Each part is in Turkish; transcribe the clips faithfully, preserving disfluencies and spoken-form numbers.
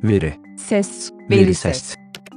Veri. Ses, Veri veri ses. ses.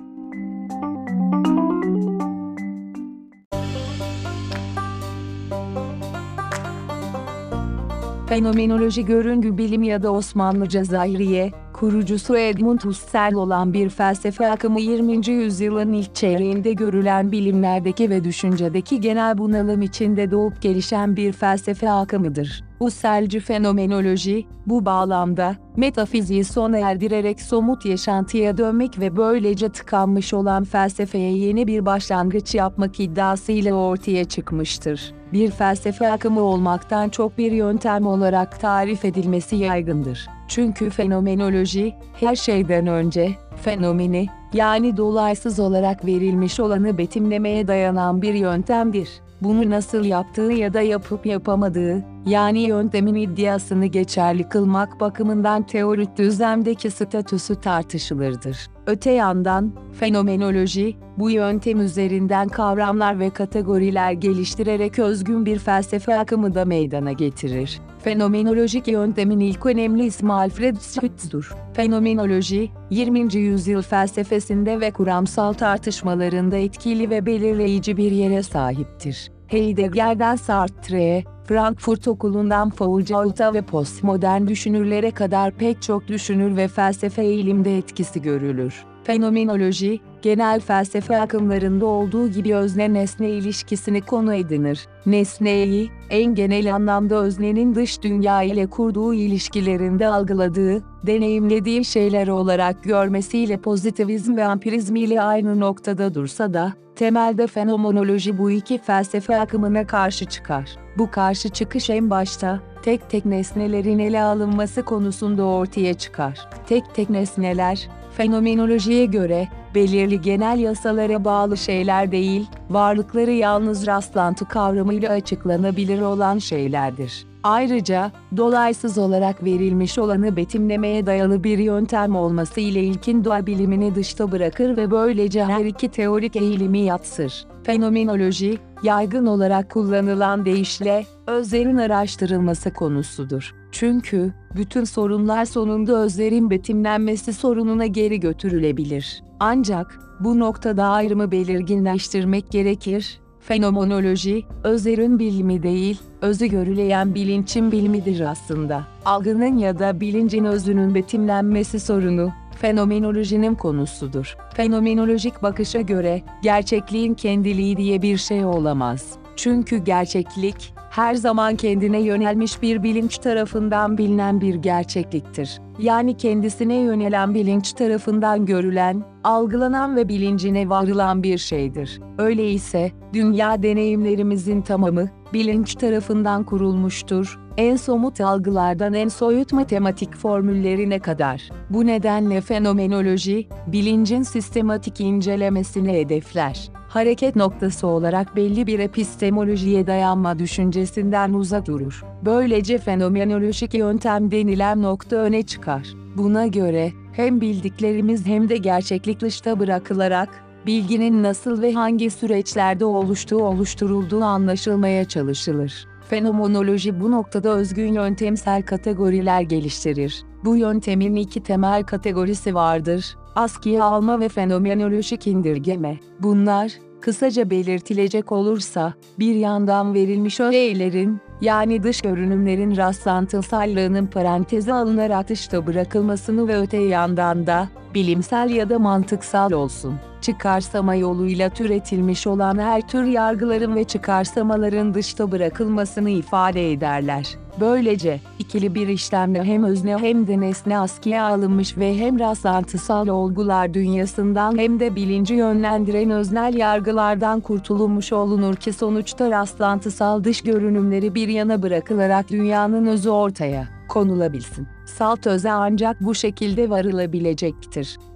Fenomenoloji görüngü bilimi ya da Osmanlıca zahiriye, kurucusu Edmund Husserl olan bir felsefe akımı yirminci yüzyılın ilk çeyreğinde görülen bilimlerdeki ve düşüncedeki genel bunalım içinde doğup gelişen bir felsefe akımıdır. Husserlci fenomenoloji, bu bağlamda, metafiziği sona erdirerek somut yaşantıya dönmek ve böylece tıkanmış olan felsefeye yeni bir başlangıç yapmak iddiasıyla ortaya çıkmıştır. Bir felsefe akımı olmaktan çok bir yöntem olarak tarif edilmesi yaygındır. Çünkü fenomenoloji, her şeyden önce, fenomeni, yani dolaysız olarak verilmiş olanı betimlemeye dayanan bir yöntemdir. Bunu nasıl yaptığı ya da yapıp yapamadığı, yani yöntemin iddiasını geçerli kılmak bakımından teorik düzlemdeki statüsü tartışılırdır. Öte yandan, fenomenoloji, bu yöntem üzerinden kavramlar ve kategoriler geliştirerek özgün bir felsefe akımı da meydana getirir. Fenomenolojik yöntemin ilk önemli ismi Alfred Schutter'dur. Fenomenoloji, yirminci yüzyıl felsefesinde ve kuramsal tartışmalarında etkili ve belirleyici bir yere sahiptir. Heidegger'den Sartre'ye, Frankfurt Okulu'ndan Foucault'a ve postmodern düşünürlere kadar pek çok düşünür ve felsefe eğilimde etkisi görülür. Fenomenoloji, genel felsefe akımlarında olduğu gibi özne-nesne ilişkisini konu edinir. Nesneyi, en genel anlamda öznenin dış dünya ile kurduğu ilişkilerinde algıladığı, deneyimlediği şeyler olarak görmesiyle pozitivizm ve empirizm ile aynı noktada dursa da, temelde fenomenoloji bu iki felsefe akımına karşı çıkar. Bu karşı çıkış en başta, tek tek nesnelerin ele alınması konusunda ortaya çıkar. Tek tek nesneler, fenomenolojiye göre, belirli genel yasalara bağlı şeyler değil, varlıkları yalnız rastlantı kavramıyla açıklanabilir olan şeylerdir. Ayrıca, dolaysız olarak verilmiş olanı betimlemeye dayalı bir yöntem olması ile ilkin doğa bilimini dışta bırakır ve böylece her iki teorik eğilimi yatsır. Fenomenoloji, yaygın olarak kullanılan deyişle, özlerin araştırılması konusudur. Çünkü, bütün sorunlar sonunda özlerin betimlenmesi sorununa geri götürülebilir. Ancak, bu noktada ayrımı belirginleştirmek gerekir. Fenomenoloji, özlerin bilimi değil, özü görüleyen bilincin bilimidir aslında. Algının ya da bilincin özünün betimlenmesi sorunu, fenomenolojinin konusudur. Fenomenolojik bakışa göre, gerçekliğin kendiliği diye bir şey olamaz. Çünkü gerçeklik, her zaman kendine yönelmiş bir bilinç tarafından bilinen bir gerçekliktir. Yani kendisine yönelen bilinç tarafından görülen, algılanan ve bilincine varılan bir şeydir. Öyleyse, dünya deneyimlerimizin tamamı, bilinç tarafından kurulmuştur, en somut algılardan en soyut matematik formüllerine kadar. Bu nedenle fenomenoloji, bilincin sistematik incelemesini hedefler. Hareket noktası olarak belli bir epistemolojiye dayanma düşüncesinden uzak durur. Böylece fenomenolojik yöntem denilen nokta öne çıkar. Buna göre, hem bildiklerimiz hem de gerçeklik dışta bırakılarak, bilginin nasıl ve hangi süreçlerde oluştuğu oluşturulduğu anlaşılmaya çalışılır. Fenomenoloji bu noktada özgün yöntemsel kategoriler geliştirir. Bu yöntemin iki temel kategorisi vardır: askıya alma ve fenomenolojik indirgeme. Bunlar, kısaca belirtilecek olursa, bir yandan verilmiş öğelerin, yani dış görünümlerin rastlantısallığının paranteze alınarak dışta bırakılmasını ve öte yandan da, bilimsel ya da mantıksal olsun, çıkarsama yoluyla türetilmiş olan her tür yargıların ve çıkarsamaların dışta bırakılmasını ifade ederler. Böylece, ikili bir işlemle hem özne hem de nesne askıya alınmış ve hem rastlantısal olgular dünyasından hem de bilinci yönlendiren öznel yargılardan kurtulmuş olunur ki sonuçta rastlantısal dış görünümleri bir yana bırakılarak dünyanın özü ortaya konulabilsin. Salt öze ancak bu şekilde varılabilecektir.